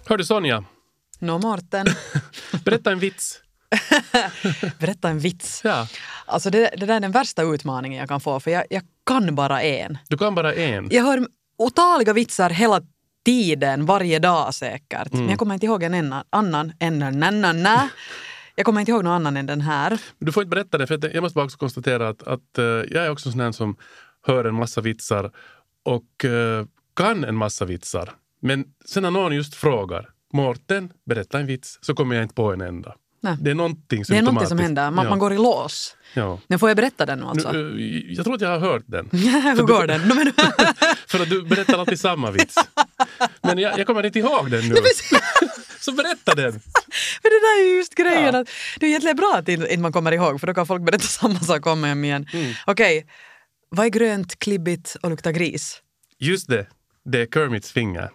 Hör du Sonja? Nå Mårten. Berätta en vits. Berätta en vits. Ja. Alltså det där är den värsta utmaningen jag kan få, för jag kan bara en. Du kan bara en. Jag hör otaliga vitsar hela tiden, varje dag säkert. Men jag kommer inte ihåg en annan än Jag kommer inte ihåg någon annan än den här. Du får inte berätta det, för jag måste bara också konstatera att jag är också sån här som hör en massa vitsar och kan en massa vitsar. Men sen när någon just frågar, Mårten, berätta en vits, så kommer jag inte på en enda. Nej. Det är någonting Det är någonting som händer. Man går i lås. Ja. Men får jag berätta den nu alltså? Jag tror att jag har hört den. Hur går den? För att du berättar alltid samma vits. Men jag kommer inte ihåg den nu. Så berätta den. För det där är ju just grejen. Att det är egentligen bra att inte man kommer ihåg, för då kan folk berätta samma sak om och igen. Okej. Vad är grönt, klibbigt och luktar gris? Just det. Det är Kermits finger.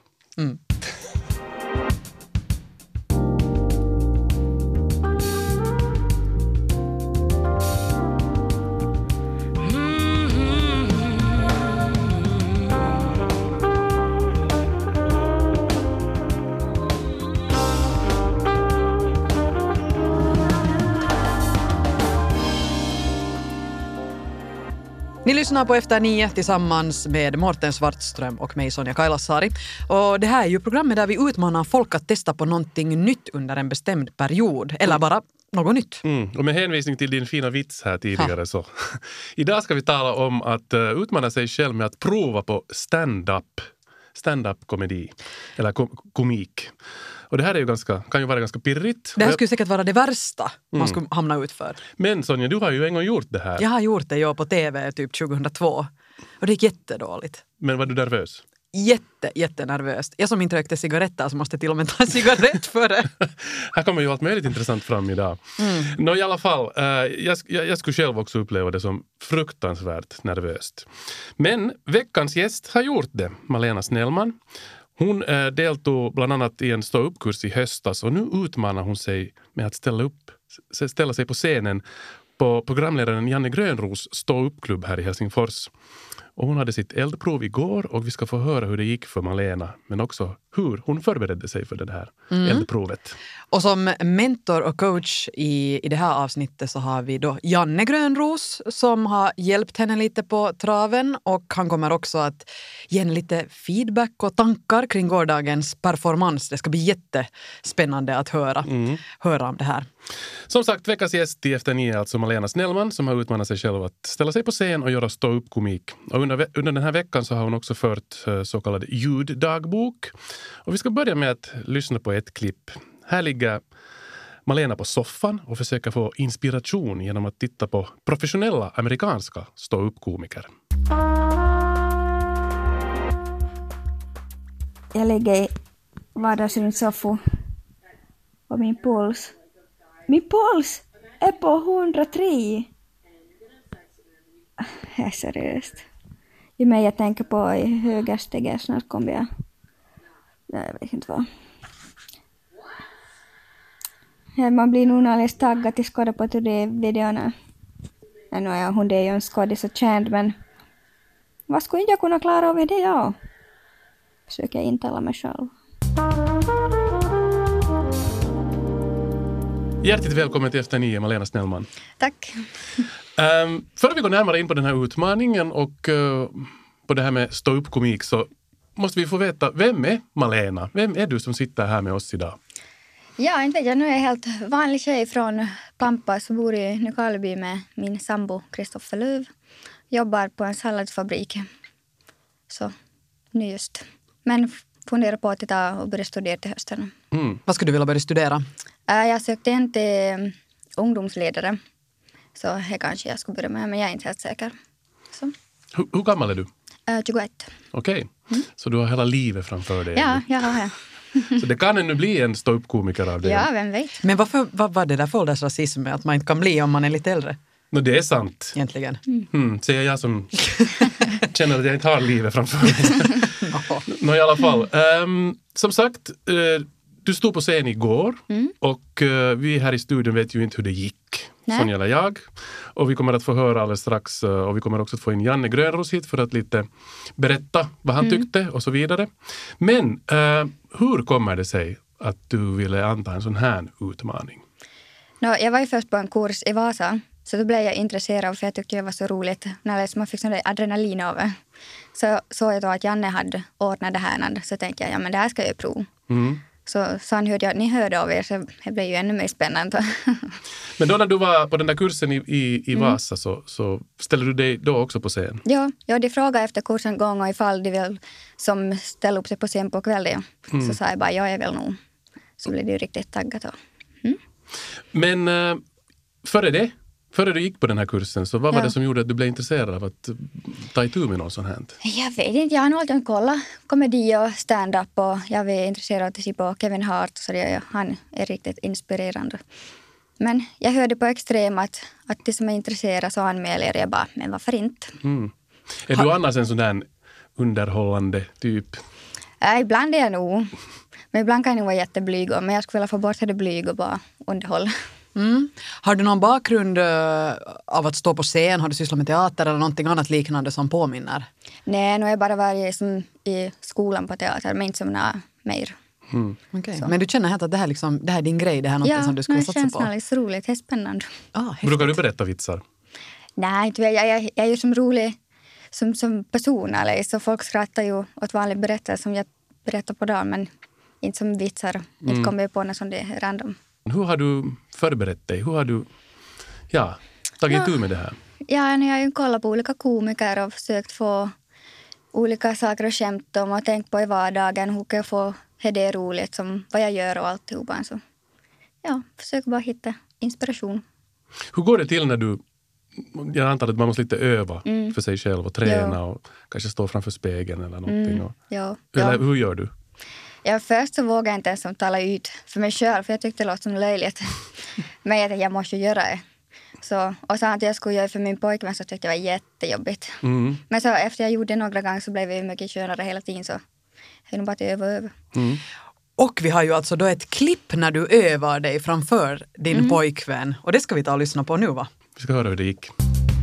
Ni lyssnar på Efter 9 tillsammans med Mårten Svartström och mig Sonja Kailasari. Och det här är ju programmet där vi utmanar folk att testa på någonting nytt under en bestämd period. Eller bara något nytt. Och med hänvisning till din fina vits här tidigare så. Idag ska vi tala om att utmana sig själv med att prova på stand-up-komedi. Eller komik. Och det här är ju kan ju vara ganska pirrigt. Det här skulle säkert vara det värsta man skulle hamna ut för. Men Sonja, du har ju en gång gjort det här. Jag har gjort det på TV typ 2002. Och det gick jättedåligt. Men var du nervös? Jättenervöst. Jag som inte rökte cigaretter så måste till och med ta en cigarett före. Här kommer ju allt möjligt intressant fram idag. Nå, i alla fall, jag skulle själv också uppleva det som fruktansvärt nervöst. Men veckans gäst har gjort det, Malena Snellman. Hon deltog bland annat i en stå-upp-kurs i höstas och nu utmanar hon sig med att ställa sig på scenen på programledaren Janne Grönros stå-upp-klubb här i Helsingfors. Och hon hade sitt eldprov igår och vi ska få höra hur det gick för Malena, men också hur hon förberedde sig för det här eldprovet. Och som mentor och coach i det här avsnittet så har vi då Janne Grönros som har hjälpt henne lite på traven, och han kommer också att ge henne lite feedback och tankar kring gårdagens performance. Det ska bli jättespännande att höra om det här. Som sagt, veckans gäst i Efter 9 är alltså Malena Snellman som har utmanat sig själv att ställa sig på scen och göra stå-upp-komik. Och under den här veckan så har hon också fört så kallad ljuddagbok. Och vi ska börja med att lyssna på ett klipp. Här ligger Malena på soffan och försöker få inspiration genom att titta på professionella amerikanska stå-upp-komiker. Jag ligger i vardagsrumssoffan och min puls är på 103. Ja, seriöst. Ju mer jag tänker på i höga steg snart kommer jag vet inte vad. Ja, man blir nog alldeles taggad till skåda på de videorna. Ja, nu är hon det är ju en skådis och känd, men vad skulle jag kunna klara av det jag? Försöker jag intala mig själv. Hjärtligt välkommen till Efter 9, Malena Snellman. Tack. Före vi går närmare in på den här utmaningen och på det här med stå-upp-komik så måste vi få veta, vem är Malena? Vem är du som sitter här med oss idag? Ja, inte vet jag. Nu är jag helt vanlig tjej från Kampa som bor i Nykarleby med min sambo Kristoffer Löv. Jobbar på en salladsfabrik. Så, nu just. Men funderar på att titta och börja studera till hösten. Vad skulle du vilja börja studera? Jag sökte en till ungdomsledare. Så här kanske jag skulle börja med, men jag är inte helt säker. Så. Hur gammal är du? 21. Okej. Så du har hela livet framför dig? Ja, jag har det. Så det kan ännu bli en stå-upp-komiker av det? Ja, vem vet. Men vad var det där för åldersrasism att man inte kan bli om man är lite äldre? Det är sant. Egentligen. Säger jag som känner att jag inte har livet framför mig. I alla fall. Som sagt, du stod på scen igår och vi här i studion vet ju inte hur det gick. Nej. Sonja eller jag. Och vi kommer att få höra alldeles strax och vi kommer också att få in Janne Grönros hit för att lite berätta vad han tyckte och så vidare. Men hur kommer det sig att du ville anta en sån här utmaning? Jag var ju först på en kurs i Vasa. Så då blev jag intresserad för jag tyckte det var så roligt. När man fick sån där adrenalin över. Så såg jag då att Janne hade ordnat det här. Så tänkte jag, ja men det här ska jag prova. Så han hörde att ni hörde av er så det blev ju ännu mer spännande. Men då när du var på den där kursen i Vasa så ställde du dig då också på scen? Ja, de frågade efter kursen gång och ifall de vill som ställa upp sig på scen på kvällen. Så sa jag bara, ja jag vill nog. Så blev det ju riktigt taggat då. Men före du gick på den här kursen så vad var det som gjorde att du blev intresserad av att ta itu med någon sån här? Jag vet inte, jag har nog alltid kollat komedi och stand-up och jag är intresserad av att se på Kevin Hart så han är riktigt inspirerande. Men jag hörde på Extrem att det som är intresserad så anmäler jag bara, men varför inte? Är du annars en sån där underhållande typ? Ibland är jag nog. Men ibland kan jag vara jätteblyg. Men jag skulle vilja få bort det blyg och bara underhålla. Har du någon bakgrund av att stå på scen? Har du sysslat med teater eller någonting annat liknande som påminner? Nej, nu har jag bara varit som i skolan på teater. Men inte som mer. Okay. Men du känner helt att det här är din grej? Det här är något som du skulle satsa på? Ja, det känns roligt. Det är spännande. Brukar du berätta vitsar? Nej, inte jag är ju som rolig som person. Eller, så folk skrattar ju åt vanliga berättelser som jag berättar på dagen. Men inte som vitsar. Inte kommer jag på något som det är random. Hur har du förberett dig? Hur har du tagit tur med det här? Ja, jag har ju kollat på olika komiker och försökt få olika saker att skämta om och tänkt på i vardagen. Hur kan jag få det roligt som vad jag gör och alltihopa. Så försök bara hitta inspiration. Hur går det till när du... Jag antar att man måste lite öva för sig själv och träna och kanske stå framför spegeln eller någonting. Eller hur gör du? Först så vågade jag inte ens tala ut för mig själv för jag tyckte det låt som löjligt. Men jag tänkte jag måste göra det. Och så att jag skulle göra för min pojkvän så tyckte jag var jättejobbigt. Men så efter jag gjorde några gånger så blev det mycket skönare hela tiden så det är nog bara att öva. Och vi har ju alltså då ett klipp när du övar dig framför din pojkvän. Och det ska vi ta och lyssna på nu va? Vi ska höra hur det gick.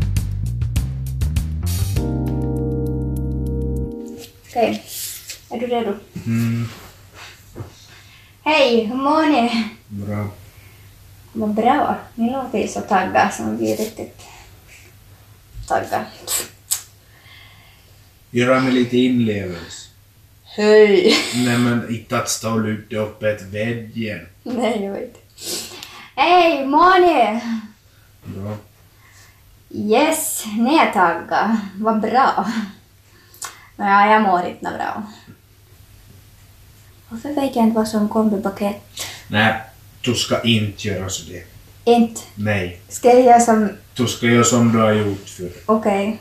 Okej. Är du redo? Hej, hur mår ni? Bra. Vad bra. Ni låter ju så taggade som vi är riktigt taggade. Göra med lite inlevelse. Hej! Nej men inte att stå och lyfta upp ett vädjen. Nej, jag vet. Hej, hur mår ni? Bra. Yes, ni är taggade. Vad bra. Ja, jag mår inte bra. Varför vet jag inte vad som kommer i paket? Nej, du ska inte göra så det. Inte? Nej. Ska jag göra som... Du ska göra som du har gjort för. Okej.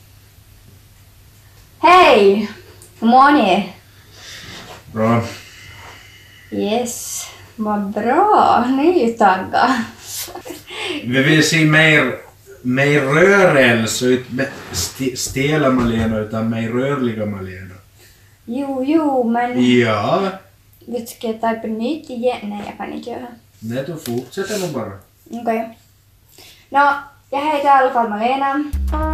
Hej! Hur mår ni? Bra. Yes, vad bra. Ni är ju taggade. Vi vill se mer rörelse, inte stela Malena utan mer rörliga Malena. Jo, men... Ja. Ska jag ta på nytt igen? Nej, jag kan inte göra. Nej, du fortsätter nog bara. Okej. Jag heter i alla fall Malena.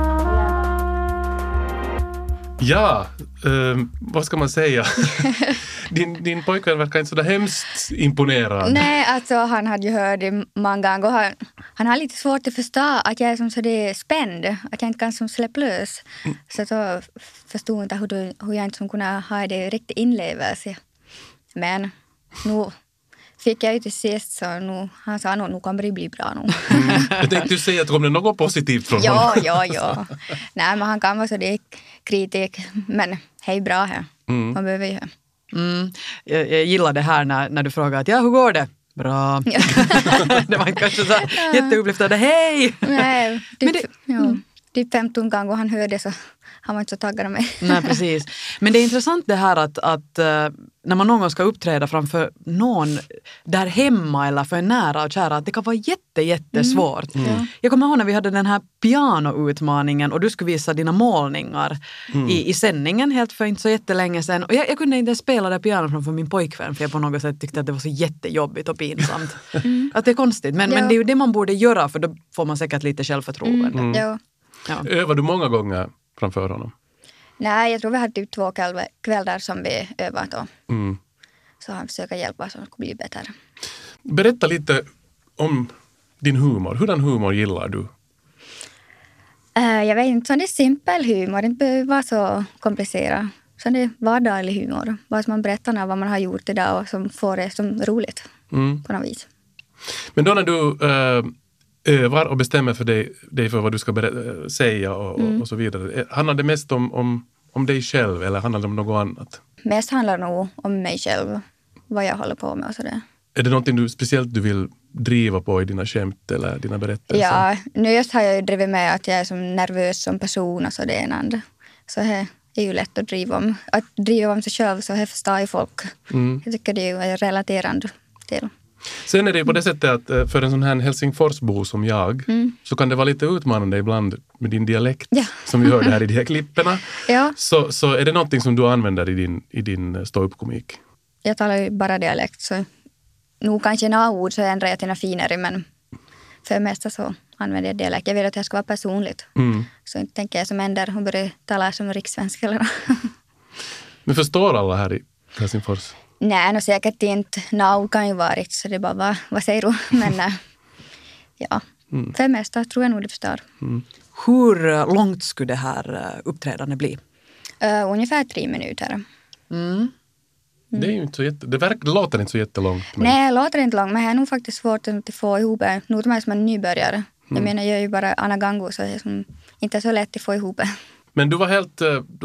Ja, vad ska man säga? din pojkvän verkar inte så där hemskt imponerad. Nej, alltså han hade ju hört det många gånger. Han har lite svårt att förstå att jag är som så det spänd. Att jag inte kan som släppa lös. Så då förstod inte hur jag inte som kunde ha det riktigt inlevelse. Men nu fick jag ju till sist så nu, han sa nu kommer det bli bra nu. Jag tänkte ju säga att kom det något positivt från honom. Ja. Nej, men han kan vara så det är kritik. Men det är bra här. Man behöver ju här. Jag gillar det här när du frågar att hur går det? Bra. Ja. Det var kanske så jätteupplyftande. Hej! Nej, typ 15 gånger han hörde så han var inte så taggad av mig. Nej, precis. Men det är intressant det här att när man någon gång ska uppträda framför någon där hemma eller för en nära och kära, att det kan vara jättesvårt. Jag kommer ihåg när vi hade den här pianoutmaningen och du skulle visa dina målningar i sändningen helt för inte så jättelänge sedan. Och jag kunde inte spela det piano framför min pojkvän för jag på något sätt tyckte att det var så jättejobbigt och pinsamt. Att det är konstigt. Men det är ju det man borde göra för då får man säkert lite självförtroende. Ja. Övar du många gånger framför honom? Nej, jag tror vi hade typ 2 kvällar som vi övat och så han försöker hjälpa så att det bli bättre. Berätta lite om din humor. Hurdan humor gillar du? Jag vet inte, så det är simpel humor. Det inte behöver vara så komplicerat. Så det är vardaglig humor. Bara som man berättar vad man har gjort idag och som får det som roligt på något vis. Men då när du övar och bestämmer för dig för vad du ska säga och så vidare. Handlar det mest om dig själv eller handlar det om något annat? Mest handlar det nog om mig själv. Vad jag håller på med och sådär. Är det någonting speciellt du vill driva på i dina skämt eller dina berättelser? Ja, nu just har jag ju drivit med att jag är som nervös som person och så det ena andra. Så det är ju lätt att driva om sig själv så här förstår ju folk. Jag tycker det är relaterande till. Sen är det ju på det sättet att för en sån här Helsingforsbo som jag så kan det vara lite utmanande ibland med din dialekt som vi hörde här i de här klipperna. Ja. Så är det någonting som du använder i din stå-upp-komik? Jag talar ju bara dialekt så nog kanske några ord så ändrar jag till något finare men för det mesta så använder jag dialekt. Jag vill att det ska vara personligt. Så inte tänker jag som ändrar och börjar tala som rikssvenska eller Men förstår alla här i Helsingfors? Nej, no säkert inte. Några kan ju vara riktigt så det är bara vad säger du? Men ja, för det mesta tror jag nog det förstår. Hur långt skulle det här uppträdande bli? Ungefär 3 minuter. Det är ju inte så det låter inte så jättelångt. Men... Nej, det låter inte långt, men det är nog faktiskt svårt att få ihop det. Nu är som en nybörjare. Jag menar, jag är ju bara Anna Gango så det är som inte så lätt att få ihop det. Men du var helt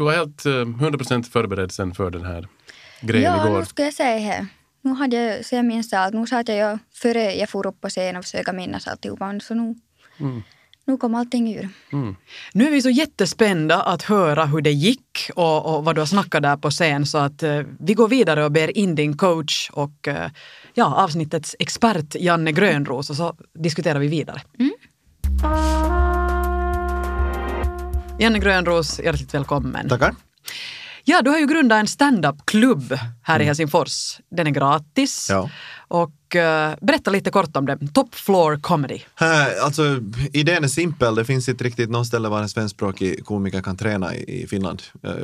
100% förberedd sen för den här grejen igår? Ja, nu ska jag säga det. Nu hade jag, så jag minns allt. Nu satt jag före jag for upp på scenen och försöka minnas alltihopa. Så nu kom allting ur. Nu är vi så jättespända att höra hur det gick och vad du har snackat där på scen. Så att vi går vidare och ber in din coach och avsnittets expert Janne Grönros och så diskuterar vi vidare. Janne Grönros, hjärtligt välkommen. Tackar. Ja, du har ju grundat en stand-up-klubb här i Helsingfors. Den är gratis. Ja. Och berätta lite kort om det. Top Floor Comedy. Alltså, idén är simpel. Det finns inte riktigt någon ställe var en svenskspråkig komiker kan träna i Finland.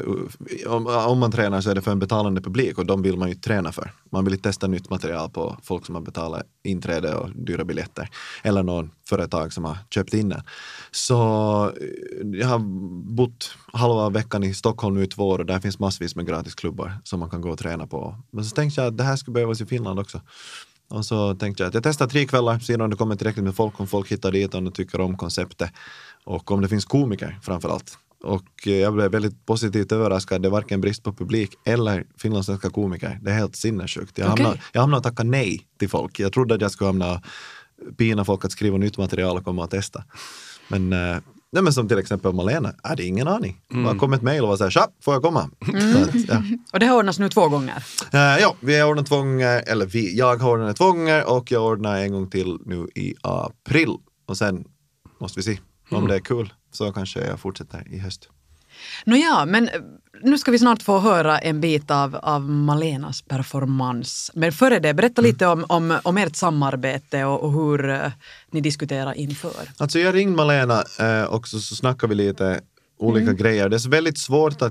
Om man tränar så är det för en betalande publik och de vill man ju träna för. Man vill testa nytt material på folk som har betalat inträde och dyra biljetter. Eller någon företag som har köpt in det. Så jag har bott halva veckan i Stockholm nu i 2 år och där finns massvis med gratisklubbar som man kan gå och träna på. Men så tänkte jag att det här skulle behövas i Finland också. Och så tänkte jag att jag testar 3 kvällar, ser om det kommer tillräckligt med folk, om folk hittar dit, om de tycker om konceptet och om det finns komiker framförallt. Och jag blev väldigt positivt överraskad. Det är varken brist på publik eller finlandssvenska komiker. Det är helt sinnessjukt. Jag hamnade att tacka nej till folk. Jag trodde att jag skulle hamna pina folk att skriva nytt material och komma och testa. Men som till exempel Malena, det ingen aning. Man kom ett mejl och var så här, tja, får jag komma? Så att, ja. Och det har ordnats nu 2 gånger? Ja, vi har ordnat 2 gånger, jag har ordnat 2 gånger och jag ordnar en gång till nu i april. Och sen måste vi se om det är kul. Så kanske jag fortsätter i höst. Nåja, men nu ska vi snart få höra en bit av Malenas performance. Men före det, berätta lite om ert samarbete och hur ni diskuterar inför. Alltså jag ringde Malena och så snackade vi lite olika grejer. Det är väldigt svårt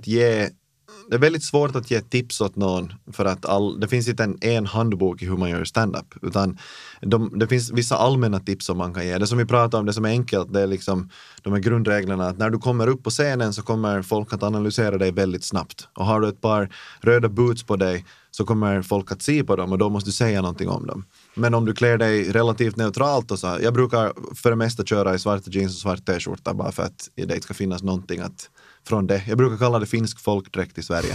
att ge tips åt någon för att det finns inte en handbok i hur man gör stand-up utan det finns vissa allmänna tips som man kan ge. Det som vi pratar om, det som är enkelt, det är liksom de här grundreglerna att när du kommer upp på scenen så kommer folk att analysera dig väldigt snabbt. Och har du ett par röda boots på dig så kommer folk att se på dem och då måste du säga någonting om dem. Men om du klär dig relativt neutralt och så, jag brukar för det mesta köra i svarta jeans och svart t-skjorta bara för att det inte ska finnas någonting från det. Jag brukar kalla det finsk folkdräkt i Sverige.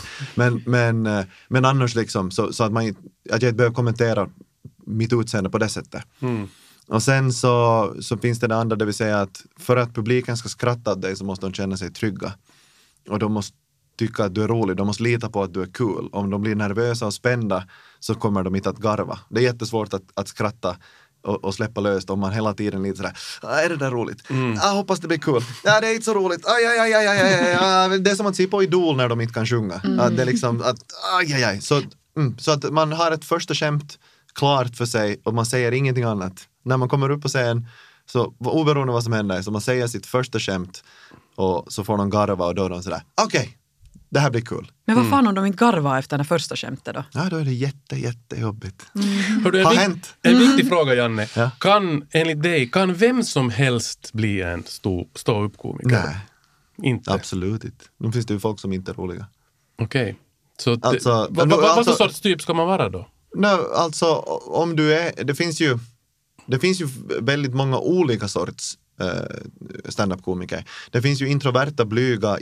Men annars liksom så att jag inte behöver kommentera mitt utseende på det sättet. Och sen så finns det andra, det vill säga att för att publiken ska skratta åt dig så måste de känna sig trygga. och de måste tycka att du är rolig, de måste lita på att du är cool. Om de blir nervösa och spända så kommer de inte att garva. Det är jättesvårt att skratta och släppa löst om man hela tiden lite sådär, är det där roligt? Jag hoppas det blir kul. Ja, det är inte så roligt. Det är som att se på Idol när de inte kan sjunga. Det är liksom så att man har ett första skämt klart för sig och man säger ingenting annat. När man kommer upp på scen så oberoende vad som händer så man säger sitt första skämt och så får de garva och då är de sådär, okej, det här blir kul. Men vad fan om de inte garvar efter det första skämtet då? Ja, då är det jättejobbigt. Hördu, Har hänt. En viktig fråga, Janne. Ja. Enligt dig, kan vem som helst bli en stå-upp-komiker? Nej, Inte? absolut inte. Nu finns det ju folk som inte är roliga. Okej. Så Alltså, vad för sorts typ ska man vara då? Nej, alltså om du är, det finns ju väldigt många olika sorts stand-up-komiker. Det finns ju introverta, blyga,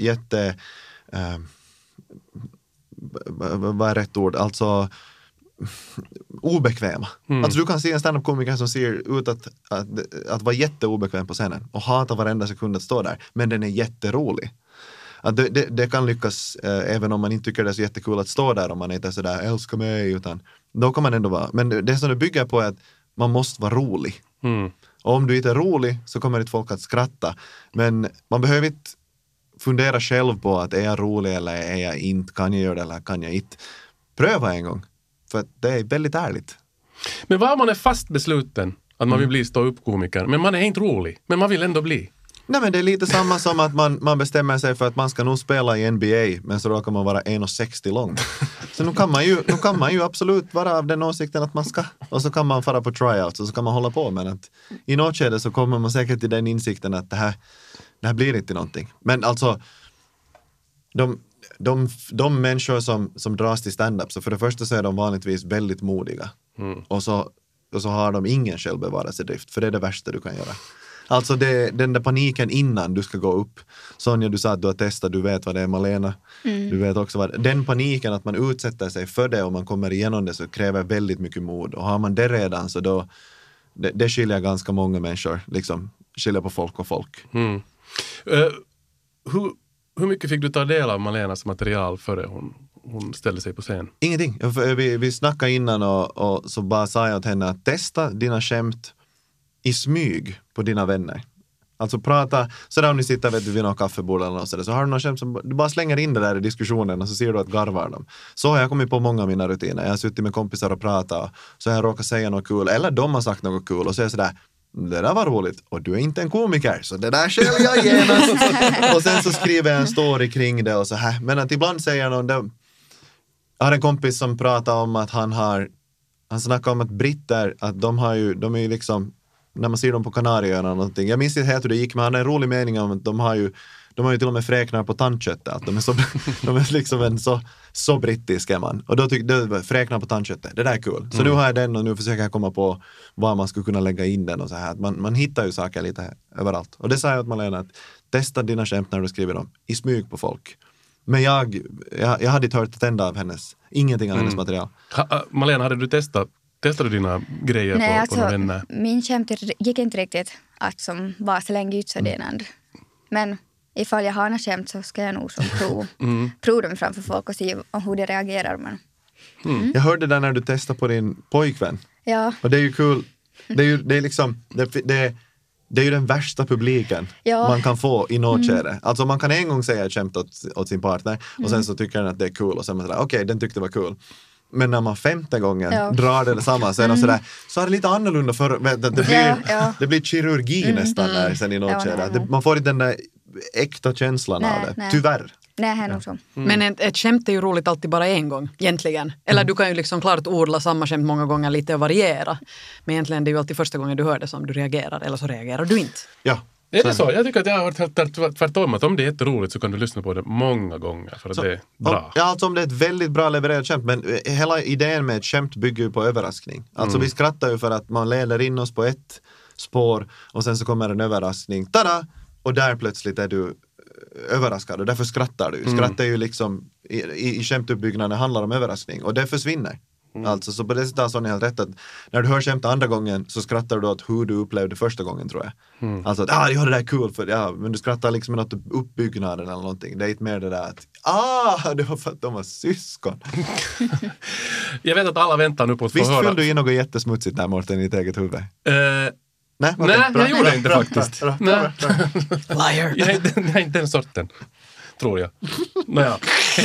vad är rätt ord? Alltså obekväma. Alltså du kan se en stand-up-komiker som ser ut att vara jätteobekväm på scenen och hata varenda sekund att stå där. Men den är jätterolig. Att det kan lyckas även om man inte tycker det är så jättekul att stå där, om man inte är sådär älskar mig, utan då kan man ändå vara. Men det som det bygger på är att man måste vara rolig. Och om du inte är rolig så kommer inte folk att skratta. Men man behöver inte fundera själv på att är jag rolig eller är jag inte, kan jag göra det eller kan jag inte. Pröva en gång. För att det är väldigt ärligt. Men vad om man är fast besluten att man vill bli stå-upp-komiker, men man är inte rolig, men man vill ändå bli? Nej, men det är lite samma som att man bestämmer sig för att man ska nog spela i NBA, men så råkar man vara 1,60 lång. Så nu kan man ju absolut vara av den åsikten att man ska. Och så kan man fara på tryouts och så kan man hålla på. Men att i något skede så kommer man säkert till den insikten att det här blir inte någonting. Men alltså de människor som dras till stand-up, så för det första så är de vanligtvis väldigt modiga. Och så har de ingen självbevarelsedrift, för det är det värsta du kan göra. Alltså den där paniken innan du ska gå upp. Sonja, du sa att du har testat, du vet vad det är, Malena. Du vet också vad den paniken, att man utsätter sig för det och man kommer igenom det, så kräver väldigt mycket mod. Och har man det redan så då det skiljer ganska många människor, liksom skiljer på folk och folk. Hur mycket fick du ta del av Malenas material före hon ställde sig på scen? Ingenting. Vi snackade innan och så bara sa jag åt henne att testa dina skämt i smyg på dina vänner. Alltså prata, sådär om ni sitter vid något kaffebord eller något sådär, så har du något skämt som du bara slänger in det där i diskussionen och så ser du att garvar dem. Så har jag kommit på många av mina rutiner. Jag har suttit med kompisar och pratat, så har jag råkat säga något kul, eller de har sagt något kul och så är jag sådär, det där var roligt och du är inte en komiker, så det där känner jag genast. Och sen så skriver jag en story kring det och så här. Men att ibland säger någon, jag har en kompis som pratar om att han snackar om att britter, att de är ju liksom, när man ser dem på Kanarieöarna eller någonting. Jag minns inte hur det gick, men han har en rolig mening om att de har ju till och med fräknar på tandköttet. Att de är liksom en så brittisk är man. Och då tyckte jag, fräknar på tandköttet, det där är kul. Så nu har jag den och nu försöker jag komma på var man skulle kunna lägga in den och så här. Man hittar ju saker lite överallt. Och det sa jag åt Malena, att testa dina skämt när du skriver dem i smyg på folk. Men jag hade inte hört ett enda av ingenting av hennes material. Malena, hade du Testade du dina grejer? Nej, på alltså, några vänner? Min skämt gick inte riktigt att som bara slänga ut sådant. Men ifall jag har något skämt så ska jag nog som prova dem framför folk och se hur de reagerar. Men. Jag hörde det när du testade på din pojkvän. Ja. Och det är ju kul. Det är liksom det är ju den värsta publiken man kan få i något skede. Alltså man kan en gång säga ett skämt åt sin partner och sen så tycker den att det är kul och sen man säger okej, den tyckte det var kul. Men när man 5:e gången drar det samma så är det sådär, så är det lite annorlunda för det blir kirurgi nästan där sen i något skede. Man får inte den där äkta känslan av det. Tyvärr. Nej, nog så. Men ett skämt är ju roligt alltid bara en gång, egentligen. Eller du kan ju liksom klart ordla samma skämt många gånger lite och variera. Men egentligen det är ju alltid första gången du hör det som du reagerar, eller så reagerar du inte. Ja. Är det så? Jag tycker att jag har hört tvärtom att om det är jätteroligt så kan du lyssna på det många gånger för att det är bra. Ja, alltså om det är ett väldigt bra levererat skämt, men hela idén med ett skämt bygger ju på överraskning. Alltså vi skrattar ju för att man leder in oss på ett spår och sen så kommer en överraskning. Tada! Och där plötsligt är du överraskad och därför skrattar du. Skratt är ju liksom i skämtuppbyggnaden handlar om överraskning och det försvinner. Alltså, så på det sättet har Sonja helt rätt att när du hör skämt andra gången så skrattar du åt hur du upplevde första gången, tror jag. Alltså att, jag har det där kul för, men du skrattar liksom åt uppbyggnaden eller någonting. Det är inte mer det där att, det var för att de var syskon. Jag vet att alla väntar nu på att få höra. Visst fyllde du in något jättesmutsigt där, Mårten, i ditt eget huvud? Nej, jag gjorde inte faktiskt. Liar. Jag är inte den sorten, tror jag. Nåja.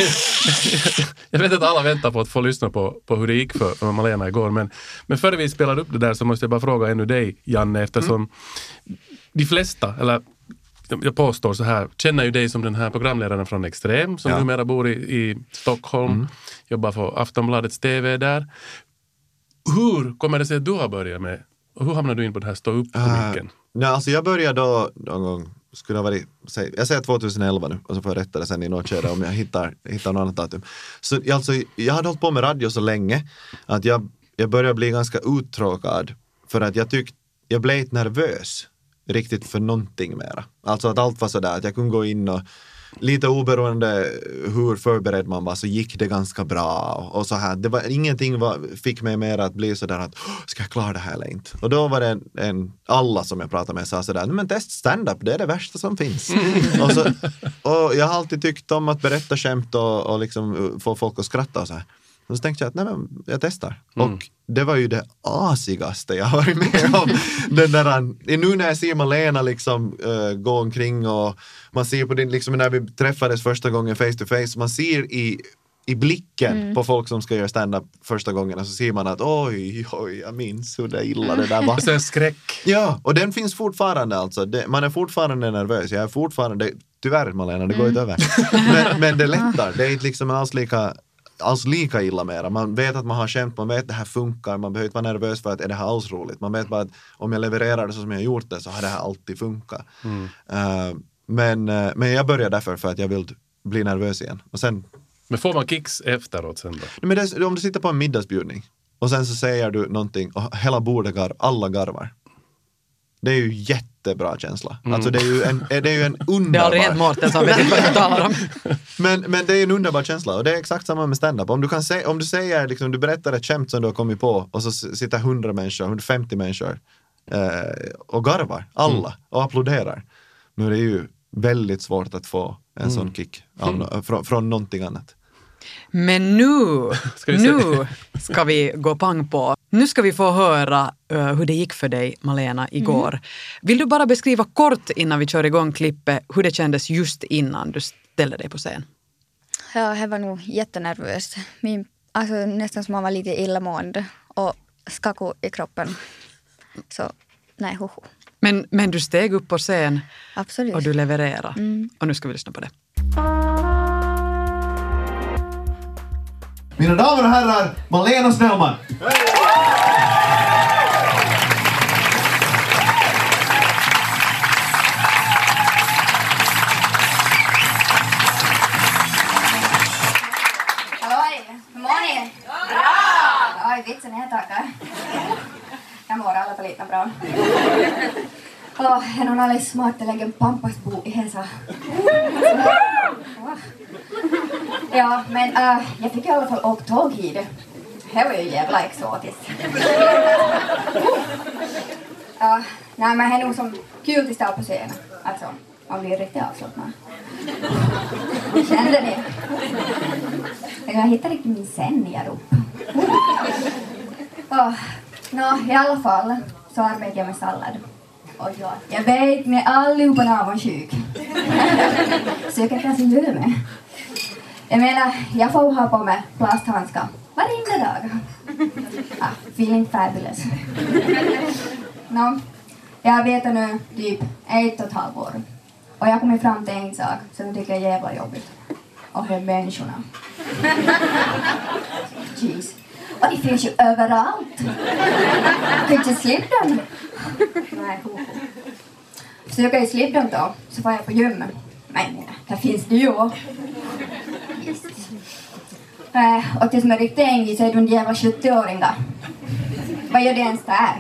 Jag vet att alla väntar på att få lyssna på hur det gick för Malena igår. Men före vi spelar upp det där så måste jag bara fråga ännu dig, Janne, eftersom de flesta, eller jag påstår så här, känner ju dig som den här programledaren från Extrem som numera bor i Stockholm. Jobbar för Aftonbladets TV där. Hur kommer det sig att du har börjat med, och hur hamnade du in på det här stå upp-komiken? Alltså jag började då någon gång, skulle ha varit, jag säger 2011 nu och så får jag rätta det sen i något skede om jag hittar något annat datum. Så jag hade hållit på med radio så länge att jag började bli ganska uttråkad för att jag blev inte nervös riktigt för någonting mera. Alltså att allt var sådär att jag kunde gå in och lite oberoende hur förberedd man var så gick det ganska bra och så här. Det var ingenting fick mig mer att bli sådär att ska jag klara det här eller inte? Och då var det alla som jag pratade med sa sådär, men test stand-up, det är det värsta som finns. och jag har alltid tyckt om att berätta skämt och liksom få folk att skratta och så här. Och så tänkte jag att nej, men jag testar. Och det var ju det asigaste jag har varit med om. Nu när jag ser Malena liksom gå omkring och man ser på din, liksom när vi träffades första gången face to face, man ser i blicken på folk som ska göra stand-up första gången, och så ser man att oj, jag minns hur det illa det där var. Det är en skräck. Ja, och den finns fortfarande alltså. Man är fortfarande nervös. Jag är fortfarande, tyvärr Malena, det går inte över. Men det lättar. Det är inte liksom alls lika illa mera. Man vet att man har skämt, man vet att det här funkar, man behöver inte vara nervös för att är det här alls roligt. Man vet bara att om jag levererar det så som jag har gjort det så har det här alltid funkat. Men jag börjar därför för att jag vill bli nervös igen. Och sen, men får man kicks efteråt sen då? Men om du sitter på en middagsbjudning och sen så säger du någonting och hela bordet alla garvar. Det är ju jättebra känsla. Alltså det är ju en underbar... Det har rent Mårten som vet inte vad du talar om. Men det är en underbar känsla. Och det är exakt samma med stand-up. Om du säger, liksom, du berättar ett skämt som du har kommit på och så sitter 100 människor, 150 människor och garvar. Alla. Och applåderar. Nu är det ju väldigt svårt att få en sån kick från någonting annat. Men nu ska vi gå pang på. Nu ska vi få höra hur det gick för dig, Malena, igår. Vill du bara beskriva kort innan vi kör igång klippet hur det kändes just innan du ställde dig på scen? Ja, jag var nog jättenervös. Alltså, nästan som man var lite illamående och skakade i kroppen. Så, nej, hoho. Men du steg upp på scen. Absolut. Och du levererade. Och nu ska vi lyssna på det. Mina damer och herrar, Malena Snellman. Halloj, hur mår ni? Bra! Oj, vitsen är tackar. Jag mår alla på lite bra. Är någon alldeles smart att lägga en pampasbo i hälsa? Ja, men jag fick i alla fall åka tåg hit. Det var ju jävla exotiskt. Nej, men det är nog som kul att stå på scenen. Alltså, man blir riktigt avslappnad. Kände ni? Jag hittade inte min sen jag upp. I alla fall så arbetar jag med sallad. Och jag vet, ni allihopa är avundsjuk. Så jag kan kanske göra med. Jag menar, jag får ha på mig plasthandskar varje dag. Feeling fabulous. Jag arbetar nu typ 1,5 år. Och jag kommer fram till en sak som jag tycker är jävla jobbigt. Och det är människorna. Jeez. Och det finns ju överallt. Kan inte slippa dem? Nej, försöker jag slippa dem då, så får jag på gym. Men det finns det ju. Och tills man är riktigt engelsk så är du en jävla 70-åringar. Vad gör det ens där?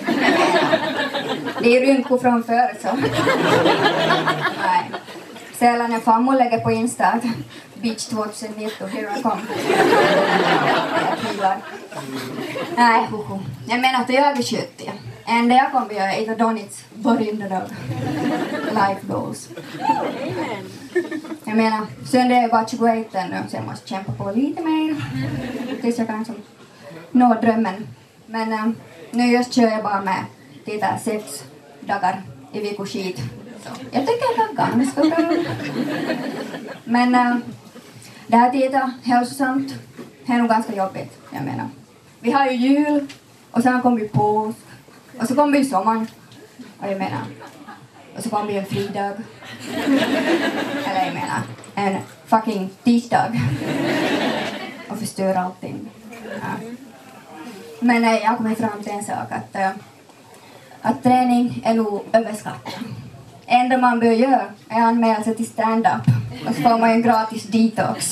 Det är rynkor från förr så. Nej. Sällan en farmor lägger på Insta. Beach 2019, here I come. Jag tvivlar. Nej, jag menar att jag är köttig. Enda jag kommer göra är att donuts varenda dag. Life goals. Jag menar, söndag är bara 21 nu, så jag måste kämpa på lite mer. Tills jag kan nå drömmen. Men nu just kör jag bara med titta 6 dagar i veckan skit. Så jag tycker att det är ganska bra. Men det här titta hälsosamt är nog ganska jobbigt, jag menar. Vi har ju jul och sen kommer ju påsk. Och så kommer ju sommaren. Och jag menar. Och så kommer ju en fridag. Eller jag menar. En fucking tisdag. Och förstör allting. Ja. Men jag kommer fram till en sak. Att träning är nog överskattat. Enda man bör göra är att anmäla sig till stand-up. Och så får man ju en gratis detox.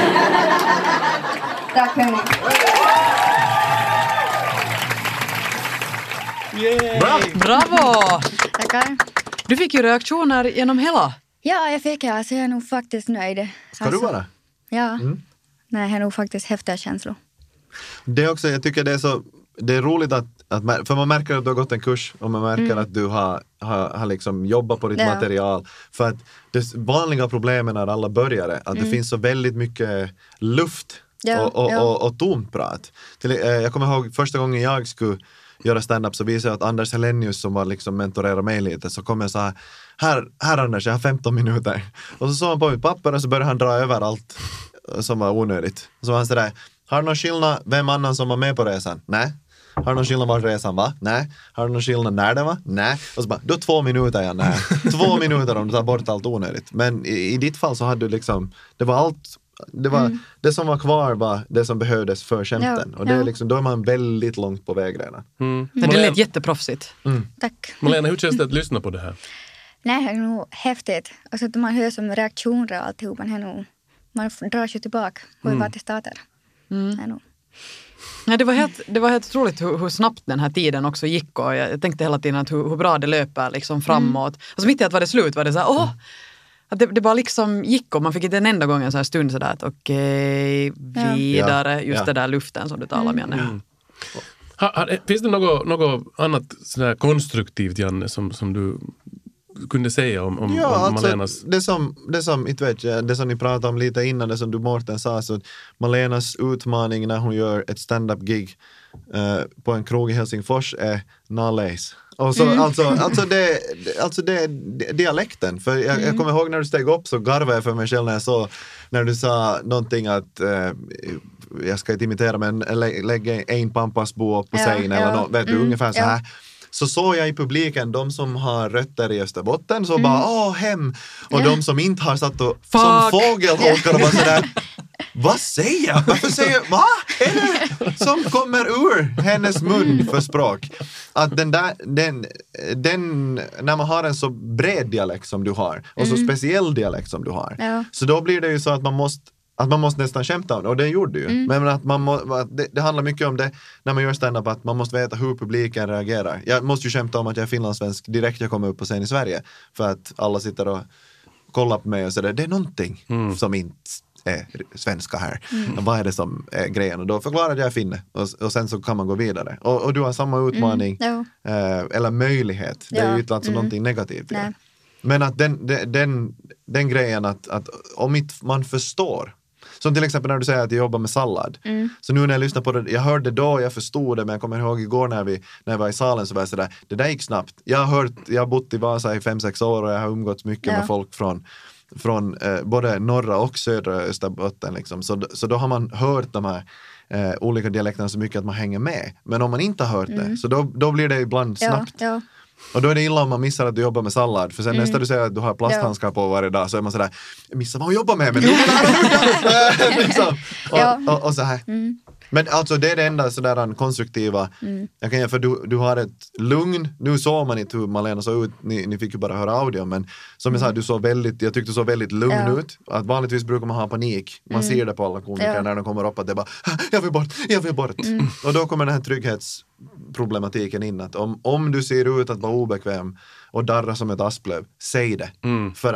Tack hörni. Bravo! Tackar. Du fick ju reaktioner genom hela. Ja, jag fick så jag är nog faktiskt nöjd. Ska du vara? Ja. Nej, jag är nog faktiskt häftiga känslor. Det är också, jag tycker det är roligt att för man märker att du har gått en kurs och man märker att du har liksom jobbat på ditt material. För att det vanliga problemet när alla börjar är att det finns så väldigt mycket luft och tomt prat. Jag kommer ihåg första gången jag skulle göra stand-up så visade jag att Anders Helenius som var liksom mentorerade mig lite så kom jag så här Anders, jag har 15 minuter. Och så såg han på mitt papper och så började han dra över allt som var onödigt. Och så var han sådär, har du någon skillnad vem annan som var med på resan? Nej. Har du någon skillnad var resan var? Nej. Har du någon skillnad när det var? Nej. Och så bara, då 2 minuter igen. Nej. 2 minuter om du tar bort allt onödigt. Men i ditt fall så hade du liksom, det var allt, det som var kvar var det som behövdes för kämpen. Och det är liksom, då är man väldigt långt på väg redan. Det lät jätteproffsigt. Tack. Malena, hur känns det att lyssna på det här? Nej, det är nog häftigt. Alltså att man hör som reaktioner och alltihop. Man drar sig tillbaka och var till starter. Ja, det var helt otroligt hur snabbt den här tiden också gick och jag tänkte hela tiden att hur bra det löper liksom framåt. Och så mitt i att var det slut var det så här, att det bara liksom gick och man fick inte en enda gång en sån här stund sådär att okej, vidare, just det där luften som du talar om, Janne. Finns det något annat sådär konstruktivt, Janne, som du kunde säga om Malenas... Det som ni pratade om lite innan, det som du Mårten sa, så Malenas utmaning när hon gör ett stand-up-gig på en krog i Helsingfors är nalejs. Och så, alltså det är dialekten. För jag kommer ihåg när du steg upp så garvade jag för mig själv när du sa någonting att jag ska inte imitera men lägga en pampasbo på sig eller något, vet du, ungefär så här. Så såg jag i publiken de som har rötter i Österbotten så bara hem. Och de som inte har satt och som fågelholkar och bara sådär, vad säger jag? Varför säger jag? Vad är det som kommer ur hennes mun för språk? Att den när man har en så bred dialekt som du har och så speciell dialekt som du har. Så då blir det ju så att man måste nästan kämpa om det, och det gjorde ju. Men att det handlar mycket om det när man gör stand-up, att man måste veta hur publiken reagerar. Jag måste ju kämpa om att jag är finlandssvensk direkt jag kommer upp på scen i Sverige. För att alla sitter och kollar på mig och säger det är någonting som inte är svenska här. Vad är det som är grejen? Och då förklarar jag finne. Och sen så kan man gå vidare. Och du har samma utmaning eller möjlighet. Det är ju inte alltså någonting negativt. Men att den grejen att om man förstår. Som till exempel när du säger att jag jobbar med sallad. Så nu när jag lyssnar på det, jag hörde då, jag förstod det, men jag kommer ihåg igår när jag var i salen så var jag sådär, det där gick snabbt. Jag har bott i Vasa i 5-6 år och jag har umgåtts mycket med folk från både norra och södra Österbotten liksom. Så då har man hört de här olika dialekterna så mycket att man hänger med. Men om man inte har hört det, så då blir det ibland snabbt. Ja. Och då är det illa om man missar att du jobbar med sallad. För sen nästa du säger att du har plasthandskar på varje dag så är man sådär, missar vad hon jobbar med, men du vill liksom. Och så här. Men alltså det är det enda sådär konstruktiva. Jag kan för du har ett lugn. Nu såg man inte hur Malena såg ut. Ni fick ju bara höra audio. Men som jag sa, jag tyckte du såg väldigt lugn ut. Att vanligtvis brukar man ha panik. Man ser det på alla komiker när de kommer upp att det är bara, jag vill bort. Och då kommer den här trygghetsproblematiken in. Att om du ser ut att vara obekväm och darra som ett asplöv, säg det. För att,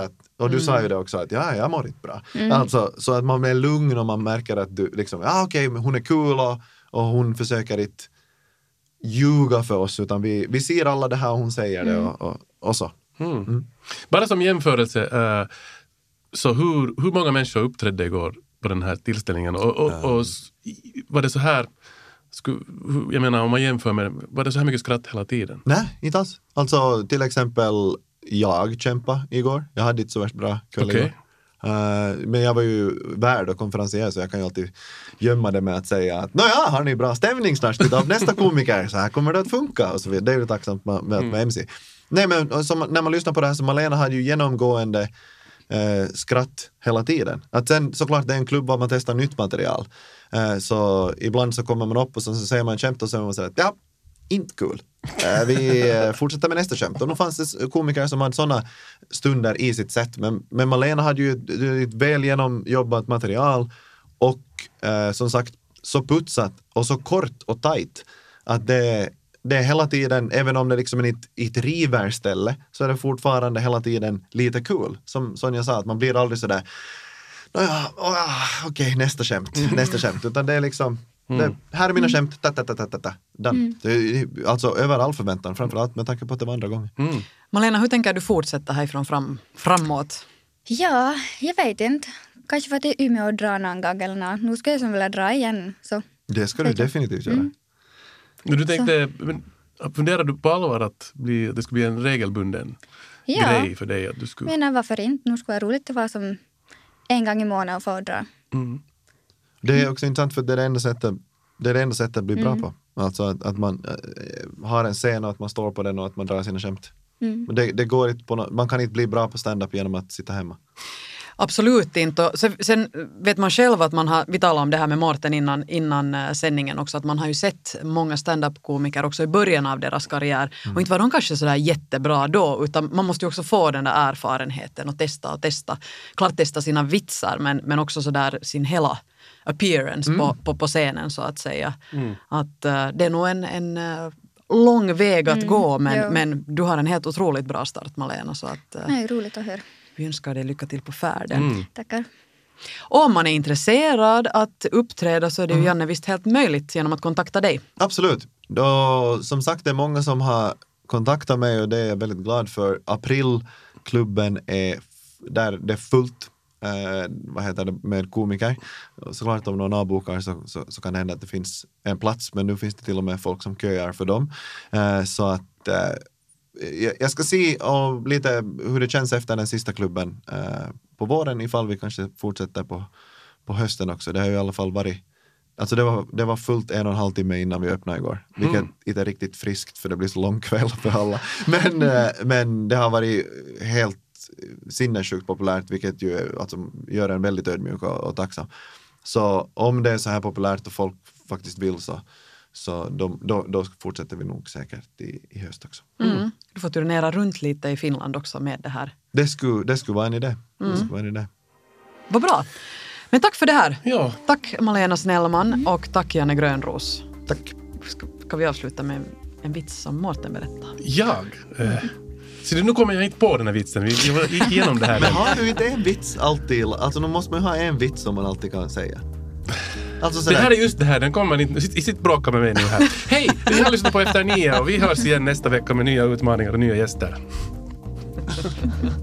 Och du sa ju det också att jag mår inte bra. Alltså, så att man är lugn och man märker att du liksom, okej, hon är kul och hon försöker inte ljuga för oss, utan vi ser alla det här och hon säger det och så. Bara som jämförelse, så hur många människor uppträdde igår på den här tillställningen? Och var det så här, jag menar om man jämför med, var det så här mycket skratt hela tiden? Nej, inte alls. Alltså till exempel jag kämpade igår. Jag hade inte så värst bra kväll igår. Men jag var ju värd och konferencier, så jag kan ju alltid gömma det med att säga att har ni bra stämning snart av nästa komiker, så här kommer det att funka och så vidare. Det är ju tacksamt med MC. Nej, men när man lyssnar på det här, så Malena hade ju genomgående skratt hela tiden. Att sen såklart det är en klubb var man testar nytt material. Så ibland så kommer man upp och så säger man skämt och så säger man så att inte kul. Vi fortsätter med nästa skämt. Och då fanns det komiker som hade sådana stunder i sitt sätt. Men Malena hade ju ett väl genomjobbat material och som sagt så putsat och så kort och tajt att det är hela tiden, även om det liksom är ett riverställe, så är det fortfarande hela tiden lite kul. Som Sonja sa, att man blir aldrig sådär okej, nästa skämt. Utan det är liksom här är mina skämt, alltså över all förväntan, framförallt med tanke på att det var andra gången. Malena, hur tänker du fortsätta härifrån framåt? Ja, jag vet inte. Kanske för att det är Umeå och dra någon gång eller något. Nu ska jag som vilja dra igen. Så. Det ska du definitivt göra. Men du tänkte, funderar du på allvar att det skulle bli en regelbunden grej för dig? Att du skulle... Men varför inte? Nu skulle det vara roligt att vara som en gång i månaden och få dra. Det är också intressant, för det är det enda sättet att bli bra på. Alltså att man har en scen och att man står på den och att man drar sina skämt. Det går inte på man kan inte bli bra på stand-up genom att sitta hemma. Absolut inte. Sen vet man själv att vi talade om det här med Mårten innan sändningen också, att man har ju sett många stand-up-komiker också i början av deras karriär. Och inte var de kanske sådär jättebra då, utan man måste ju också få den där erfarenheten och testa. Klart testa sina vitsar, men också sådär sin hela appearance på scenen, så att säga. Att det är nog en lång väg att gå, men du har en helt otroligt bra start, Malena. Så att, nej, roligt att höra. Vi önskar dig lycka till på färden. Tackar. Om man är intresserad att uppträda så är det ju Janne visst helt möjligt genom att kontakta dig. Absolut. Som sagt, det är många som har kontaktat mig och det är jag väldigt glad för. Aprilklubben är där det är fullt. Med komiker. Såklart om någon avbokar så kan det hända att det finns en plats, men nu finns det till och med folk som köar för dem. Så att jag ska se lite hur det känns efter den sista klubben på våren, ifall vi kanske fortsätter på hösten också. Det har ju i alla fall varit, alltså det var fullt 1,5 timme innan vi öppnade igår. Vilket inte är riktigt friskt, för det blir så lång kväll för alla. Men det har varit helt sinnessjukt populärt, vilket ju alltså gör en väldigt ödmjuk och tacksam. Så om det är så här populärt och folk faktiskt vill så då fortsätter vi nog säkert i höst också. Du får turnera runt lite i Finland också med det här. Det skulle vara en idé. Vad bra. Men tack för det här. Ja. Tack Malena Snellman och tack Janne Grönros. Tack. Ska vi avsluta med en vits som Mårten berättar? Så nu kommer jag inte på den här vitsen. Vi gick igenom det här. Men har du inte en vits alltid? Alltså nu måste man ju ha en vits som man alltid kan säga. Alltså det här är just det här. Den kommer inte... Sitt bråka med mig nu här. Hej! Vi har lyssnat på Efter 9 och vi hörs igen nästa vecka med nya utmaningar och nya gäster.